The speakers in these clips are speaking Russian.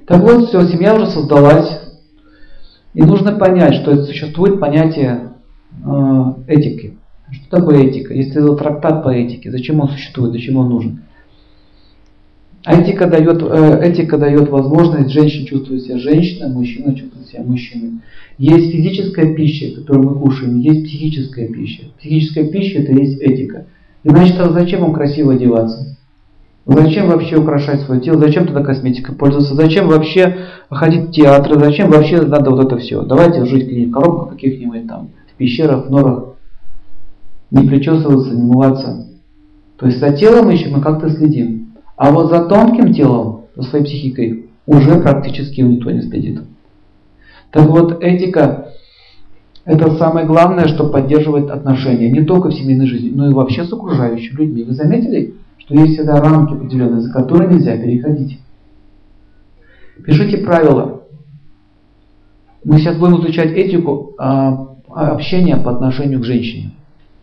Так вот, все, семья уже создалась. И нужно понять, что существует понятие этики. Что такое этика? Есть трактат по этике. Зачем он существует, зачем он нужен? Этика дает возможность женщине чувствовать себя женщиной, мужчина чувствовать себя мужчиной. Есть физическая пища, которую мы кушаем, есть психическая пища. Психическая пища – это есть этика. Иначе зачем вам красиво одеваться? Зачем вообще украшать свое тело? Зачем тогда косметикой пользоваться? Зачем вообще ходить в театры? Зачем вообще надо вот это все? Давайте жить в коробках каких-нибудь там, в пещерах, в норах. Не причесываться, не мываться. То есть за телом еще мы как-то следим. А вот за тонким телом, за своей психикой, уже практически никто не следит. Так вот, этика – это самое главное, что поддерживает отношения. Не только в семейной жизни, но и вообще с окружающими людьми. Вы заметили, что есть всегда рамки определенные, за которые нельзя переходить? Пишите правила. Мы сейчас будем изучать этику общения по отношению к женщине.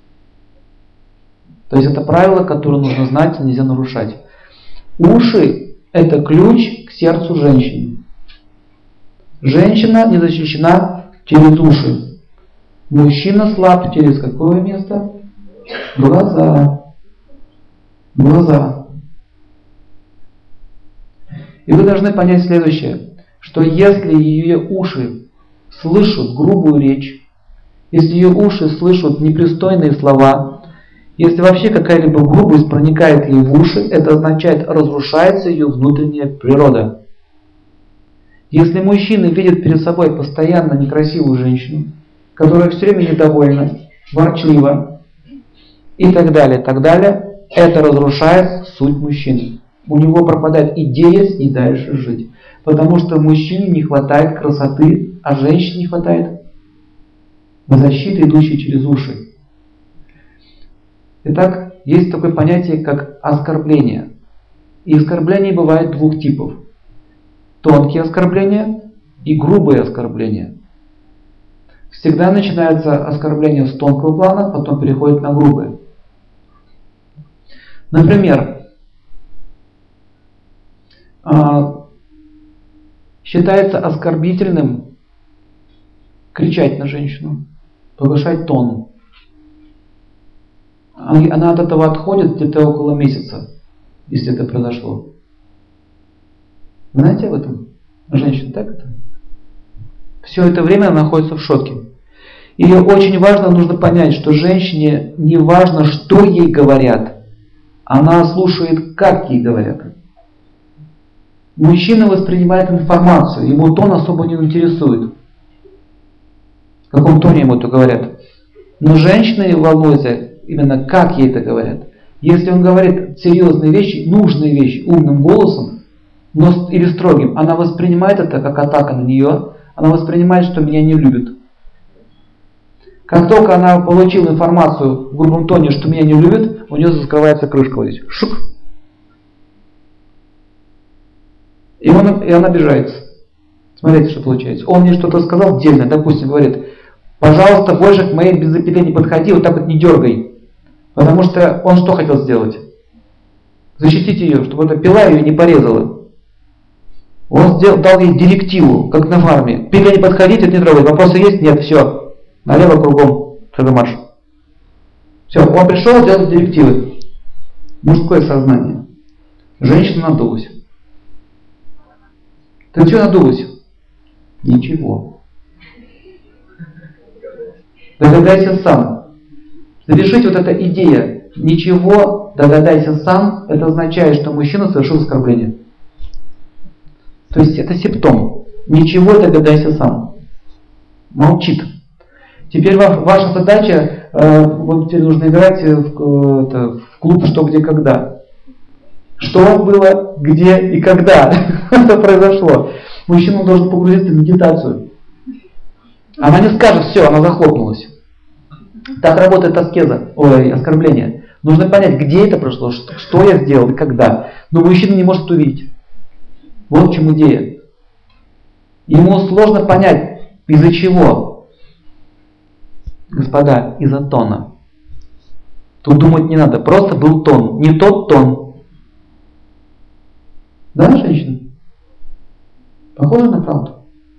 То есть это правила, которые нужно знать и нельзя нарушать. Уши – это ключ к сердцу женщины. Женщина не защищена через уши. Мужчина слаб через какое место? Глаза. Глаза. И вы должны понять следующее, что если ее уши слышат грубую речь, если ее уши слышат непристойные слова, если вообще какая-либо грубость проникает ей в уши, это означает, разрушается ее внутренняя природа. Если мужчина видит перед собой постоянно некрасивую женщину, которая все время недовольна, ворчлива и так далее, это разрушает суть мужчины. У него пропадает идея с ней дальше жить. Потому что мужчине не хватает красоты, а женщине не хватает защиты, идущей через уши. Итак, есть такое понятие, как оскорбление. И оскорбления бывают двух типов. Тонкие оскорбления и грубые оскорбления. Всегда начинается оскорбление с тонкого плана, потом переходит на грубые. Например, считается оскорбительным кричать на женщину, повышать тон. Она от этого отходит где-то около месяца, если это произошло. Знаете об этом? Женщина так это? Все это время она находится в шоке. И очень важно, нужно понять, что женщине не важно, что ей говорят. Она слушает, как ей говорят. Мужчина воспринимает информацию, ему тон особо не интересует. В каком тоне ему это говорят. Но женщина волнуется именно, как ей это говорят. Если он говорит серьезные вещи, нужные вещи, умным голосом, но или строгим, она воспринимает это как атака на нее, она воспринимает, что меня не любят. Как только она получила информацию в грубом тоне, что меня не любят, у нее закрывается крышка вот здесь. Шук. И она обижается. Смотрите, что получается. Он мне что-то сказал дельно, допустим, говорит: пожалуйста, больше к моей бензопиле не подходи, вот так вот не дергай. Потому что он что хотел сделать? Защитить ее, чтобы эта пила ее не порезала. Он дал ей директиву, как на фарме. Пиле не подходить, это не трогать. Вопросы есть? Нет, все. Налево кругом, шагомарш. Все, он пришел делать директивы. Мужское сознание. Женщина надулась. Ты чего надулась? Ничего. Догадайся сам. Запишите вот эта идея. Ничего, догадайся сам. Это означает, что мужчина совершил оскорбление. То есть это симптом. Ничего, догадайся сам. Молчит. Теперь ваша задача, вот теперь нужно играть в клуб «Что, где, когда». Что было, где и когда это произошло. Мужчина должен погрузиться в медитацию. Она не скажет: все, она захлопнулась. Так работает оскорбление. Нужно понять, где это прошло, что я сделал и когда. Но мужчина не может увидеть. Вот в чем идея. Ему сложно понять, из-за чего. Господа, из-за тона. Тут думать не надо, просто был тон, не тот тон. Да, женщина? Похоже на правду.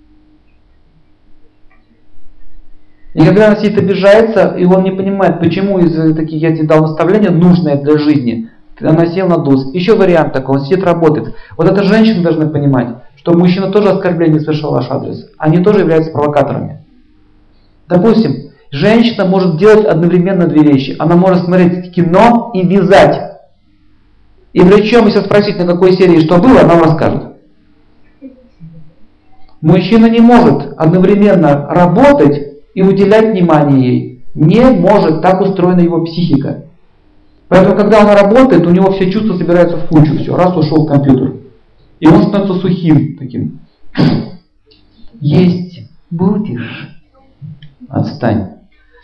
И когда она сидит обижается, и он не понимает, почему из таких я тебе дал наставления, нужное для жизни, она села на ДУС. Еще вариант такой, он сидит, работает. Вот эта женщина должна понимать, что мужчина тоже оскорбление совершал в ваш адрес. Они тоже являются провокаторами. Допустим, женщина может делать одновременно две вещи. Она может смотреть кино и вязать. И причем, если спросить, на какой серии что было, она вам расскажет. Мужчина не может одновременно работать и уделять внимание ей. Не может, так устроена его психика. Поэтому, когда он работает, у него все чувства собираются в кучу. Все, раз ушел в компьютер. И он становится сухим таким. Есть будешь? Отстань.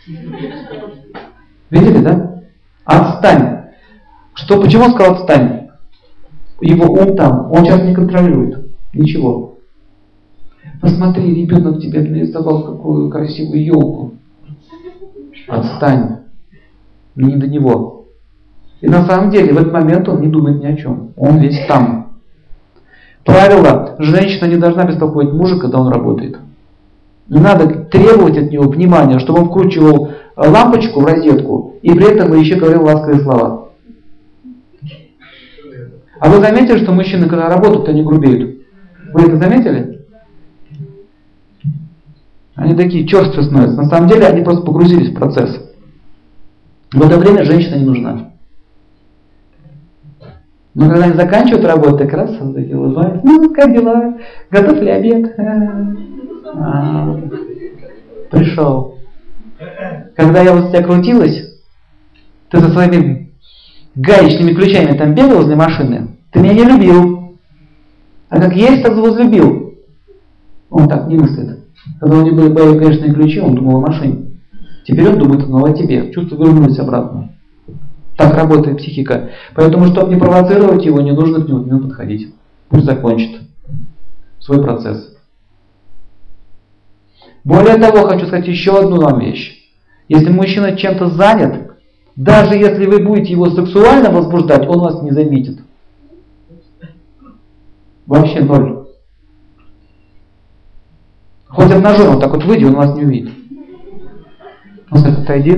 Видели, да? Отстань. Почему он сказал отстань? Его ум там, он сейчас не контролирует. Ничего. Посмотри, ребенок тебе нарисовал какую красивую елку. Отстань. Не до него. И на самом деле в этот момент он не думает ни о чем. Он весь там. Правило: женщина не должна беспокоить мужа, когда он работает. Не надо требовать от него внимания, чтобы он вкручивал лампочку в розетку и при этом еще говорил ласковые слова. А вы заметили, что мужчины, когда работают, они грубеют? Вы это заметили? Они такие черствые становятся. На самом деле они просто погрузились в процесс. В это время женщина не нужна. Но когда они заканчивают работу, так раз такие улыбаются. Ну, как дела? Готов ли обед? Пришел. Когда я вот тебя крутилась, ты со своими гаечными ключами там бегал возле машины, ты меня не любил. А как есть, так возлюбил. Он так не мыслит. Когда у него были гаечные ключи, он думал о машине. Теперь он думает снова о тебе. Чувства вернулись обратно. Так работает психика. Поэтому, чтобы не провоцировать его, не нужно к нему подходить. Пусть закончит свой процесс. Более того, хочу сказать еще одну вам вещь. Если мужчина чем-то занят, даже если вы будете его сексуально возбуждать, он вас не заметит. Вообще ноль. Хоть обнажен, вот так вот выйди, он вас не увидит. Он скажет: отойди.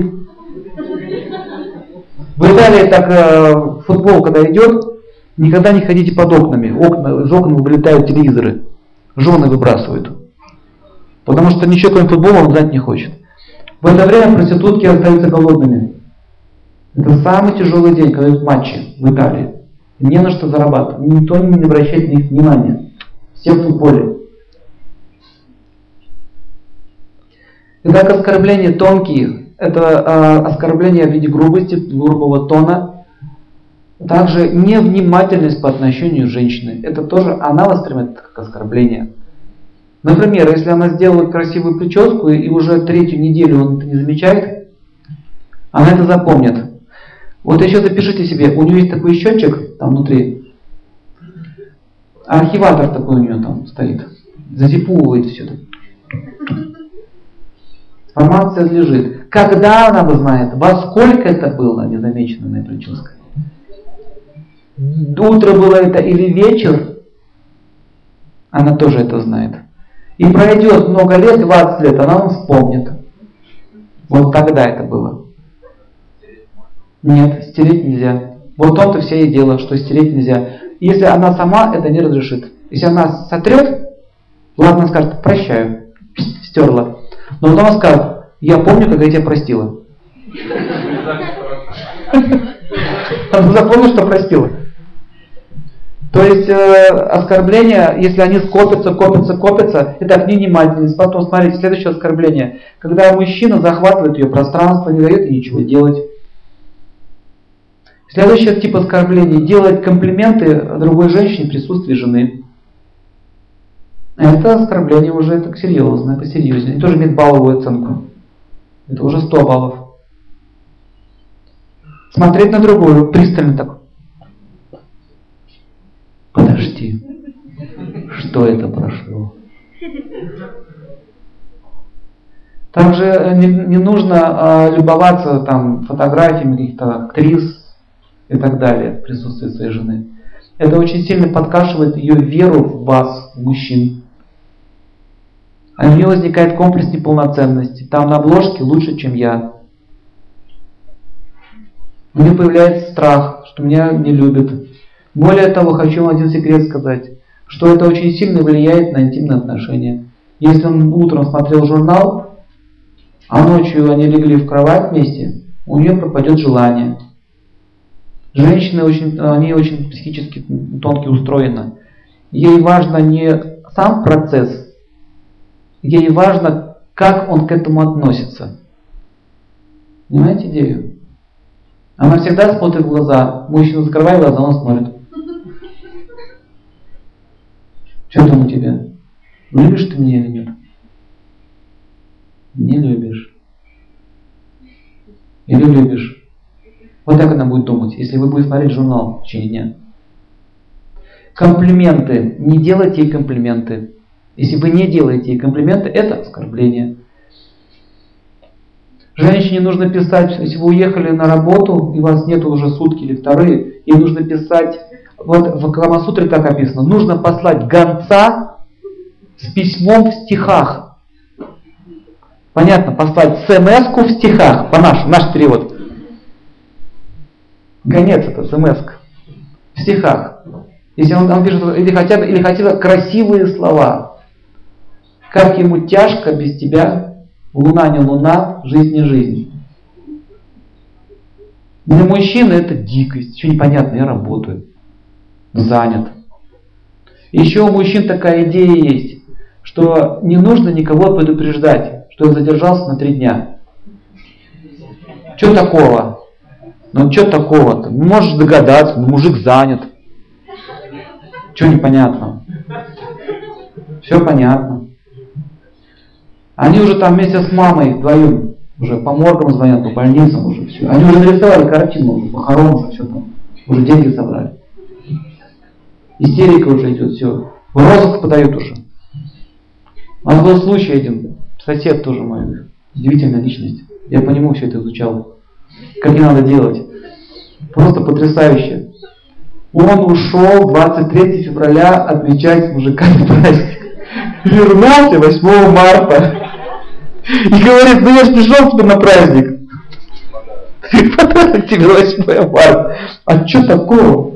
В Италии так футбол, когда идет, никогда не ходите под окнами. Из окон вылетают телевизоры. Жены выбрасывают. Потому что ничего кроме футбола он знать не хочет. В это время проститутки остаются голодными. Это самый тяжелый день, когда идут матчи в Италии. Не на что зарабатывать. Никто не обращает на них внимания. Все в футболе. Итак, оскорбления тонкие. Это оскорбление в виде грубости, грубого тона. Также невнимательность по отношению к женщине. Это тоже она воспринимает как оскорбление. Например, если она сделала красивую прическу и уже третью неделю он это не замечает, она это запомнит. Вот еще запишите себе, у нее есть такой счетчик там внутри. Архиватор такой у нее там стоит. Зазипувывает все это. Информация лежит. Когда она узнает, во сколько это было незамеченная прическа? Утро было это или вечер? Она тоже это знает. И пройдет много лет, 20 лет, она вам вспомнит. Вот тогда это было. Нет, стереть нельзя. Вот в том-то все и дело, что стереть нельзя. Если она сама это не разрешит. Если она сотрет, ладно, скажет: прощаю, стерла. Но потом она скажет: я помню, как я тебя простила. Она запомнит, что простила. То есть оскорбления, если они копятся, это невнимательность. Потом, смотрите, следующее оскорбление. Когда мужчина захватывает ее пространство, не дает ей ничего делать. Следующий тип оскорблений: делать комплименты другой женщине в присутствии жены. Это оскорбление уже так серьезное, посерьезнее. И тоже имеет балловую оценку. Это уже 100 баллов. Смотреть на другую, пристально так. Подожди, что это прошло? Также не нужно любоваться там фотографиями каких-то актрис и так далее в присутствии своей жены. Это очень сильно подкашивает ее веру в вас, в мужчин. А у нее возникает комплекс неполноценности. Там на обложке лучше, чем я. У нее появляется страх, что меня не любят. Более того, хочу вам один секрет сказать, что это очень сильно влияет на интимные отношения. Если он утром смотрел журнал, а ночью они легли в кровать вместе, у нее пропадет желание. Женщины они очень психически тонко устроены. Ей важно не сам процесс, ей важно, как он к этому относится. Понимаете идею? Она всегда смотрит в глаза. Мужчина закрывает глаза, он смотрит. Что там у тебя? Любишь ты меня или нет? Не любишь. Или любишь? Вот так она будет думать, если вы будете смотреть журнал в течение дня. Комплименты. Не делайте ей комплименты. Если вы не делаете ей комплименты, это оскорбление. Женщине нужно писать, если вы уехали на работу, и у вас нет уже сутки или вторые, ей нужно писать, вот в Камасутре так описано, нужно послать гонца с письмом в стихах. Понятно, послать смс-ку в стихах, по-нашему, наш перевод. Гонец это смс-ка. В стихах. Если он пишет, или хотя бы красивые слова. Как ему тяжко без тебя, луна не луна, жизнь не жизнь. Для мужчины это дикость, еще непонятно, я работаю, занят. Еще у мужчин такая идея есть, что не нужно никого предупреждать, что он задержался на 3 дня. Что такого? Ну что такого-то? Можешь догадаться, мужик занят. Что непонятно? Все понятно. Они уже там вместе с мамой вдвоем уже по моргам звонят, по больницам уже все. Они уже нарисовали картину, уже похоронка, все там. Уже деньги собрали. Истерика уже идет, все. В розыск подают уже. У нас был случай один, сосед тоже мой, удивительная личность. Я по нему все это изучал. Как не надо делать. Просто потрясающе. Он ушел 23 февраля отмечать с мужиками праздник. Вернулся 8 марта. И говорит, ну я же пришел тебе на праздник. Подарок тебе 8 марта. А что такого?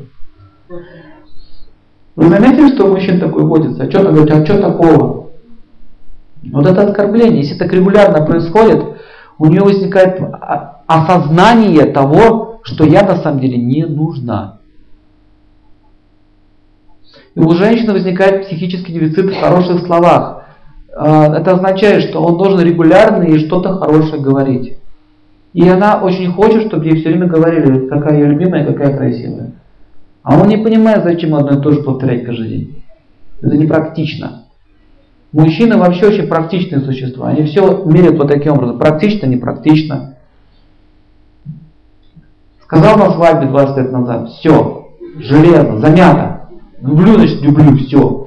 Вы заметили, что у мужчин такое водится? А что говорит, а что такого? Вот это оскорбление. Если так регулярно происходит, у нее возникает осознание того, что я на самом деле не нужна. И у женщины возникает психический дефицит в хороших словах. Это означает, что он должен регулярно ей что-то хорошее говорить. И она очень хочет, чтобы ей все время говорили, какая ее любимая, какая красивая. А он не понимает, зачем одно и то же повторять каждый день. Это непрактично. Мужчины вообще очень практичные существа. Они все меряют вот таким образом. Практично, непрактично. Сказал на свадьбе 20 лет назад, все, железно, замято. Люблю, значит, люблю, все.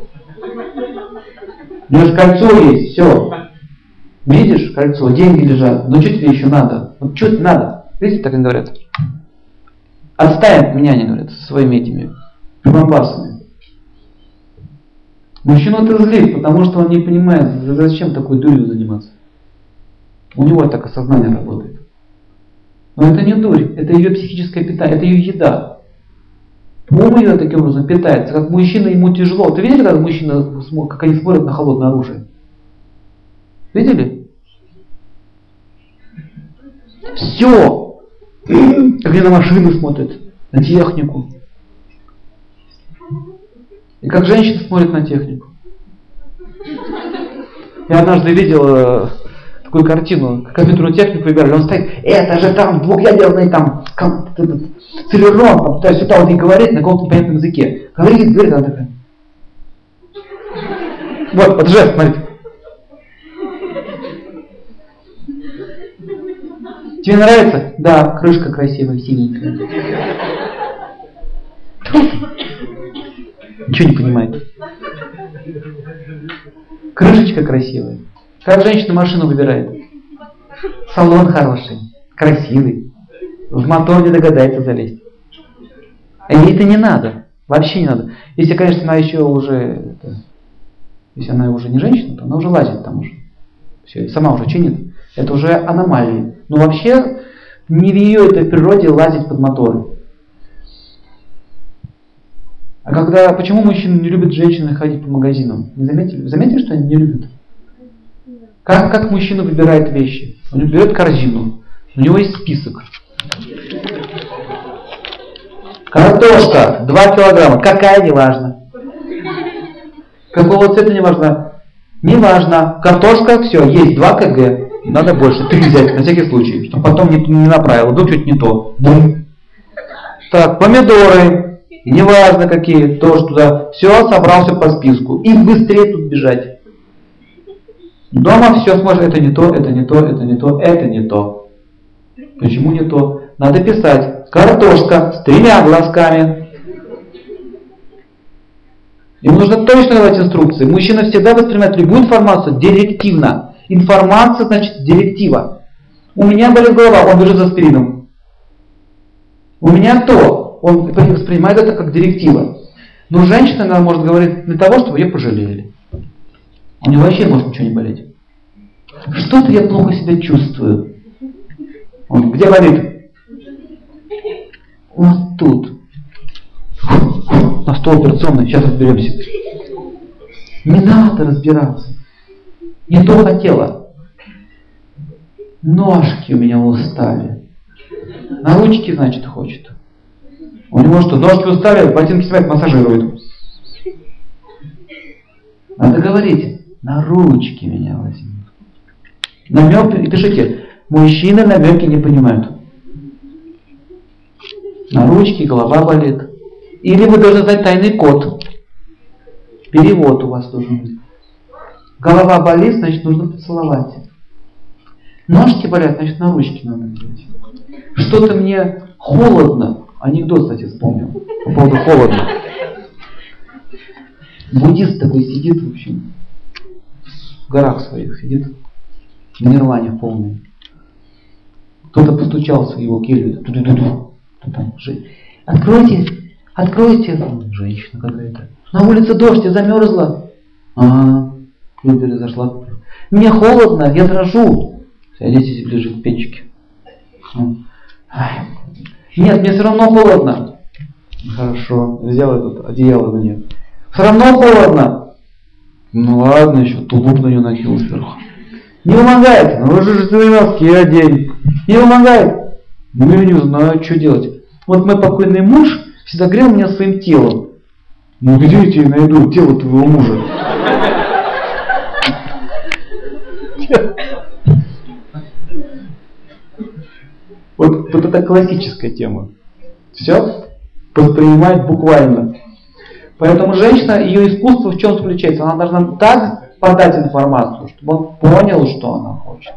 У меня же кольцо есть, все. Видишь, кольцо, деньги лежат. Ну что тебе еще надо? Вот что тебе надо? Видите, так они говорят. Отстань от меня, они говорят, со своими этими прибамбасами. Мужчину это злит, потому что он не понимает, зачем такой дурью заниматься. У него так осознание работает. Но это не дурь, это ее психическое питание, это ее еда. Ум ее таким образом питается. Как мужчина, ему тяжело. Ты видели, как мужчина, как они смотрят на холодное оружие? Видели? Все. Как они на машины смотрят, на технику. И как женщины смотрят на технику. Я однажды видел такую картину, компьютерную технику играли, он стоит, это же там двухъядерный там целлерон, там туда-сюда, он и говорит на каком-то непонятном языке. Говорит, она такая. Вот жест, смотрите. Тебе нравится? Да, крышка красивая, синенькая. Ничего не понимает. Крышечка красивая. Как женщина машину выбирает? Салон хороший, красивый. В мотор не догадается залезть. А ей это не надо. Вообще не надо. Если, конечно, она еще уже Если она уже не женщина, то она уже лазит там уже. Все, сама уже чинит. Это уже аномалии. Но вообще не в ее этой природе лазить под моторы. А почему мужчины не любят женщины ходить по магазинам? Не заметили? Вы заметили, что они не любят? Как мужчина выбирает вещи? Он берет корзину. У него есть список. Картошка 2 килограмма. Какая, неважно. Какого цвета, неважно. Неважно. Картошка, все, есть 2 кг. Надо больше. 3 взять, на всякий случай. Чтобы потом не направило. Вдруг что-то не то. Бум. Так, помидоры. Неважно какие. Тоже туда. Все, собрался по списку. И быстрее тут бежать. Дома все сможешь. Это не то, это не то, это не то, это не то. Почему не то? Надо писать. Картошка с 3 глазками. Им нужно точно давать инструкции. Мужчина всегда воспринимает любую информацию директивно. Информация значит директива. У меня болит голова, он бежит за аспирином. У меня то, он воспринимает это как директива. Но женщина, она может говорить для того, чтобы ее пожалели. У нее вообще может ничего не болеть. Что-то я плохо себя чувствую. Он, где болит? Вот тут. На стол операционный, сейчас разберемся. Не надо разбираться. Не то хотела. Ножки у меня устали. На ручки, значит, хочет. У него что, ножки устали, ботинки снимает, массажирует. Надо говорить, на ручки меня возьмут. Намек, и пишите, мужчины намеки не понимают. На ручки, голова болит. Или вы должны знать тайный код. Перевод у вас должен быть. Голова болит, значит нужно поцеловать. Ножки болят, значит на ручки надо взять. Что-то мне холодно. Анекдот, кстати, вспомнил. По поводу холодно. Буддист такой сидит, в общем, в горах своих сидит. В нирване полной. Кто-то постучался в его келью. Откройте, откройте. Женщина какая-то. На улице дождь, я замерзла. Ага. Дверь зашла. Мне холодно, я дрожу. Садитесь ближе к печке. Нет, мне все равно холодно. Хорошо. Взял это одеяло на нее. Все равно холодно. Ну ладно, еще тулуп на нее накинул сверху. Не помогает. Ну же свои носки одень. Не помогает. Ну я не знаю, что делать. Вот мой покойный муж всегда грел меня своим телом. Ну где я тебе найду тело твоего мужа? Вот это классическая тема. Все воспринимает буквально. Поэтому женщина, ее искусство в чем заключается? Она должна так подать информацию, чтобы он понял, что она хочет.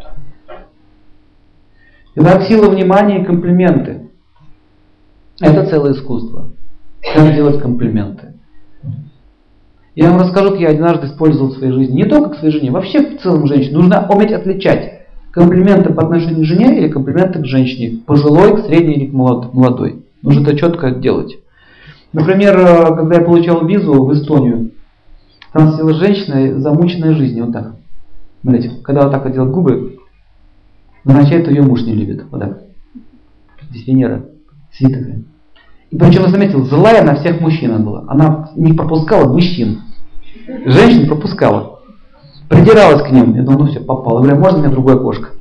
Итак, сила внимания и комплименты. Это целое искусство. Как делать комплименты. Я вам расскажу, как я однажды использовал в своей жизни. Не только к своей жене, вообще в целом женщине. Нужно уметь отличать комплименты по отношению к жене или комплименты к женщине. Пожилой, к средней или к молодой. Нужно это четко делать. Например, когда я получал визу в Эстонию, там сидела женщина, замученная жизнью. Вот так. Смотрите, когда вот так вот делает губы, означает, что ее муж не любит. Вот так. Здесь Венера сидит такая. И причем, я заметил, злая на всех мужчин была. Она не пропускала мужчин. Женщин пропускала. Придиралась к ним. Я думал, ну все, попало. Я говорю, можно мне другое окошко?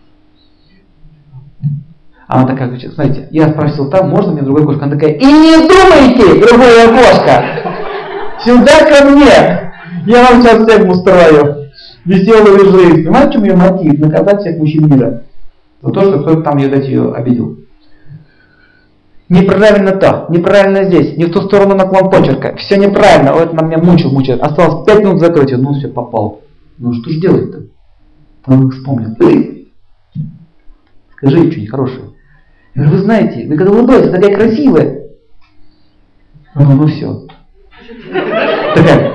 Она такая, смотрите, я спросил там, можно мне другое окошко? Она такая, и не думайте, другое окошко! Сюда ко мне! Я вам сейчас всем устрою веселую жизнь. Понимаете, в чем ее мотив? Наказать всех мужчин мира. За то, что кто-то там ее обидел. Неправильно то, неправильно здесь, не в ту сторону наклон почерка. Все неправильно, вот она меня мучает. Осталось 5 минут закрытия, ну все, попал. Ну что ж делать-то? Он вспомнил. Скажи что-нибудь хорошее. Я говорю, вы знаете, вы когда улыбаетесь, такая красивая. Ну все. Такая.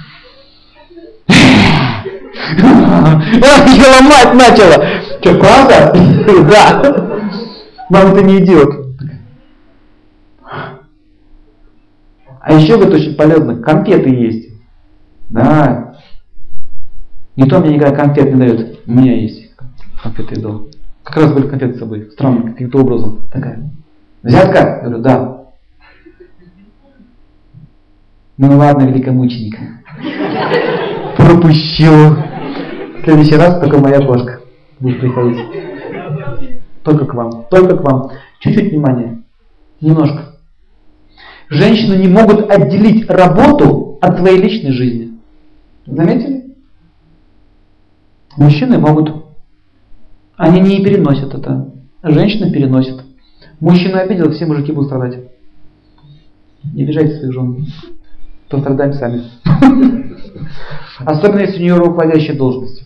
Ее ломать начала. Что, правда? Да. Мама, ты не идиот. А еще, говорит, очень полезно, конфеты есть. Да, Никто мне никакой конфет не дает. У меня есть конфеты дома. Как раз были конфеты с собой. Странно, каким-то образом. Такая. Взятка? Я говорю, да. Ну ладно, великомученик. Пропущу. В следующий раз только моя кошка будет приходить. Только к вам. Только к вам. Чуть-чуть внимания. Немножко. Женщины не могут отделить работу от своей личной жизни. Заметили? Мужчины могут. Они не переносят это. Женщины переносят. Мужчину обидел, все мужики будут страдать. Не обижайте своих жен. То страдаем сами. Особенно если у нее руководящая должность.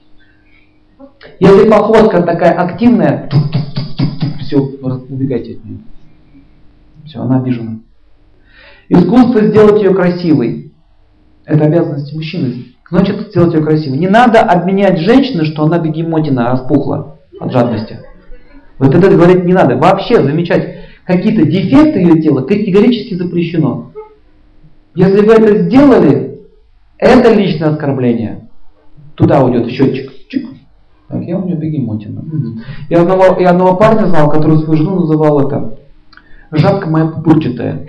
Если походка такая активная, все, убегайте от нее. Все, она обижена. Искусство сделать ее красивой. Это обязанность мужчины. Значит, сделать ее красивой. Не надо обменять женщину, что она бегемотина распухла от жадности. Вот это говорить не надо. Вообще замечать какие-то дефекты ее тела категорически запрещено. Если вы это сделали, это личное оскорбление. Туда уйдет счетчик. Чик. Так, я у нее бегемотина. Я одного парня знал, который свою жену называл это «жабка моя пупырчатая».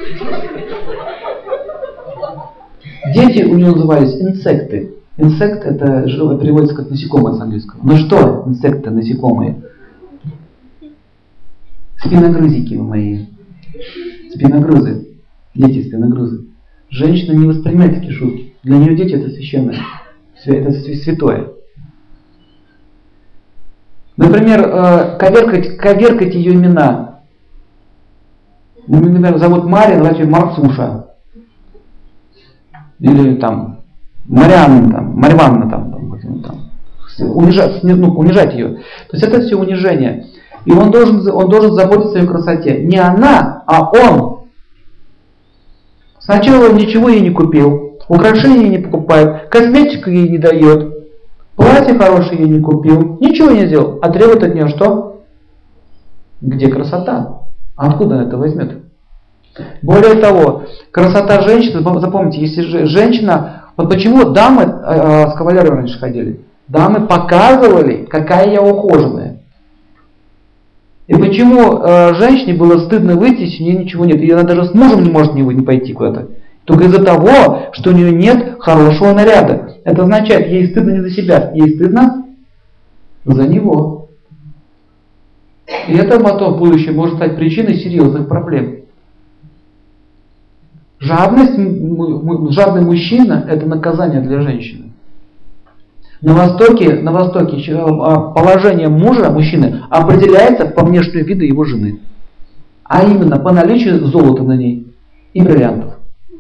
Дети у него назывались инсекты. Инсект это переводится как насекомое с английского. Ну что, инсекты, насекомые? Спиногрызики вы мои. Спиногрызы. Дети спиногрызы. Женщина не воспринимает такие шутки. Для нее дети это священное. Это святое. Например, коверкать ее имена. Например, зовут Мария, называть ее Марцуша. Или там Марианна, там, Марьванна, там. Унижать ее. То есть это все унижение. И он должен заботиться о ее красоте. Не она, а он. Сначала он ничего ей не купил, украшения ей не покупает, косметику ей не дает, платье хорошее ей не купил, ничего не сделал. А требует от нее что? Где красота? Откуда она это возьмет? Более того, красота женщины, запомните, если женщина, вот почему дамы с кавалерами раньше ходили? Дамы показывали, какая я ухоженная. И почему женщине было стыдно выйти, если у нее ничего нет? И она даже с мужем не может не пойти куда-то. Только из-за того, что у нее нет хорошего наряда. Это означает, ей стыдно не за себя, ей стыдно за него. И это потом в будущем может стать причиной серьезных проблем. Жадный мужчина – это наказание для женщины. На Востоке положение мужчины определяется по внешнему виду его жены. А именно по наличию золота на ней и бриллиантов.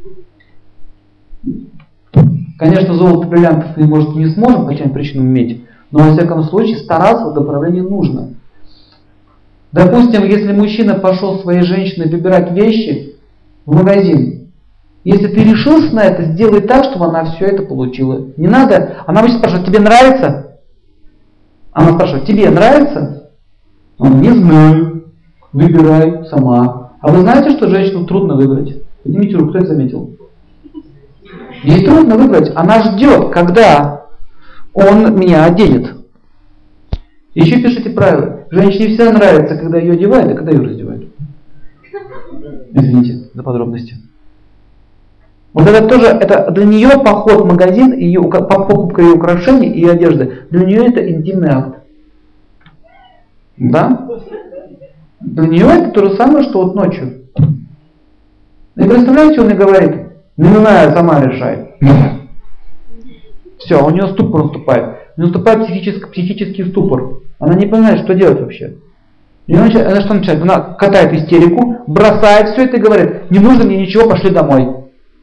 Конечно, золото и бриллиантов мы, может, не сможем по тем причинам иметь, но во всяком случае стараться в этом направлении нужно. Допустим, если мужчина пошел своей женщиной выбирать вещи в магазин, если ты решился на это, сделай так, чтобы она все это получила. Не надо. Она будет спрашивать, тебе нравится? Она спрашивает, тебе нравится? Он, не знаю. Выбирай сама. А вы знаете, что женщину трудно выбрать? Поднимите руку, кто это заметил? Ей трудно выбрать. Она ждет, когда он меня оденет. Еще пишите правила. Женщине всегда нравится, когда ее одевают, а когда ее раздевают. Извините за подробности. Вот это тоже, это для нее поход в магазин, ее, покупка ее украшений и одежды, для нее это интимный акт. Да? Для нее это то же самое, что вот ночью. И представляете, он ей говорит, не знаю, сама решай. Все, у нее ступор наступает. У нее наступает психический ступор. Она не понимает, что делать вообще. И она что начинает? Она катает истерику, бросает все это и говорит, не нужно мне ничего, пошли домой.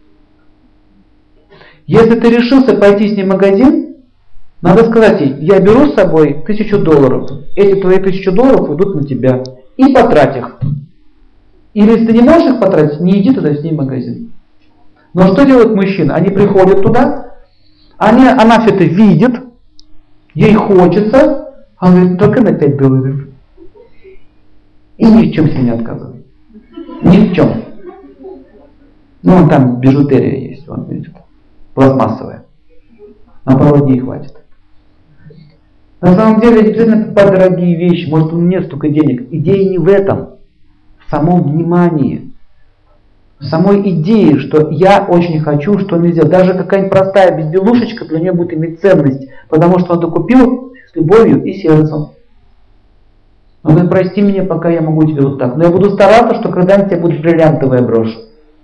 Если ты решился пойти с ней в магазин, надо сказать ей, я беру с собой $1000. Эти твои $1000 уйдут на тебя. И потрать их. Или если ты не можешь их потратить, не иди тогда с ней в магазин. Но что делают мужчины? Они приходят туда, она все это видит, ей хочется, она говорит, только на $5. И ни в чем себе не отказывает. Ни в чем. Ну, там бижутерия есть, вон, видите, пластмассовая. На пару дней хватит. На самом деле, не обязательно покупать дорогие вещи, может, у меня нет столько денег. Идея не в этом, в самом внимании. В самой идее, что я очень хочу, что нельзя. Даже какая-нибудь простая безделушечка для нее будет иметь ценность, потому что он это купил с любовью и сердцем. Он говорит, прости меня, пока я могу тебе вот так. Но я буду стараться, что когда-нибудь тебе будет бриллиантовая брошь.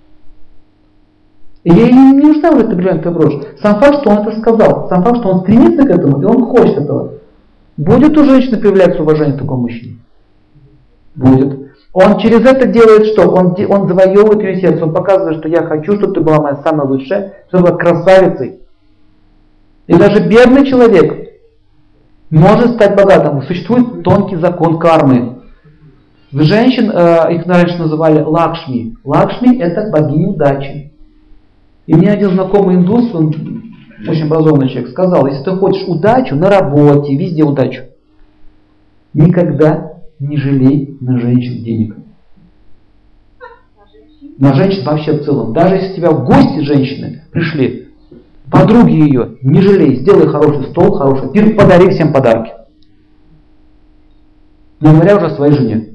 И ей не нужна вот эта бриллиантовая брошь. Сам факт, что он это сказал, сам факт, что он стремится к этому, и он хочет этого. Будет у женщины появляться уважение к такому мужчине? Будет. Он через это делает что? Он завоевывает ее сердце, он показывает, что я хочу, чтобы ты была моя самая лучшая, чтобы была красавицей. И даже бедный человек может стать богатым. Существует тонкий закон кармы. Женщин, их раньше называли Лакшми. Лакшми это богиня удачи. И мне один знакомый индус, он очень образованный человек, сказал, если ты хочешь удачу на работе, везде удачу, никогда не жалей на женщин денег. На женщин вообще в целом. Даже если у тебя в гости женщины пришли, подруги ее, не жалей, сделай хороший стол, хороший пир, подари всем подарки. Не говоря уже о своей жене.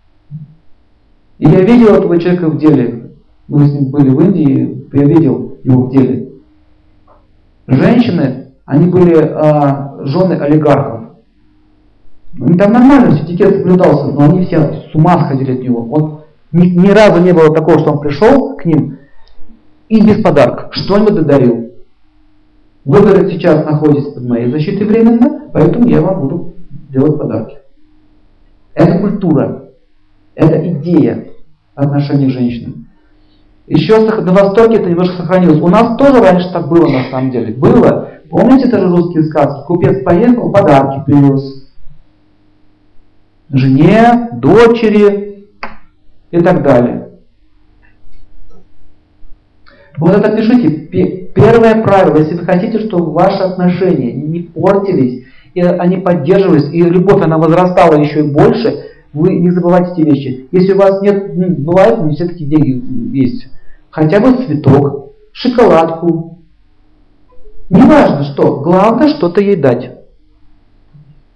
И я видел этого человека в деле. Мы с ним были в Индии, я видел его в деле. Женщины, они были жены олигархов. Там нормально, этикет соблюдался, но они все с ума сходили от него. Он ни разу не было такого, что он пришел к ним и без подарка что-нибудь дарил. Вы, говорит, сейчас находитесь под моей защитой временно, поэтому я вам буду делать подарки. Это культура, это идея отношений к женщинам. Еще на Востоке это немножко сохранилось. У нас тоже раньше так было на самом деле. Было. Помните тоже русские сказки? Купец поехал, подарки привез. Жене, дочери и так далее. Вот это пишите. Первое правило, если вы хотите, чтобы ваши отношения не портились, и они поддерживались, и любовь она возрастала еще и больше, вы не забывайте эти вещи. Если у вас нет, бывает, не все такие деньги есть, хотя бы цветок, шоколадку, неважно что, главное что-то ей дать.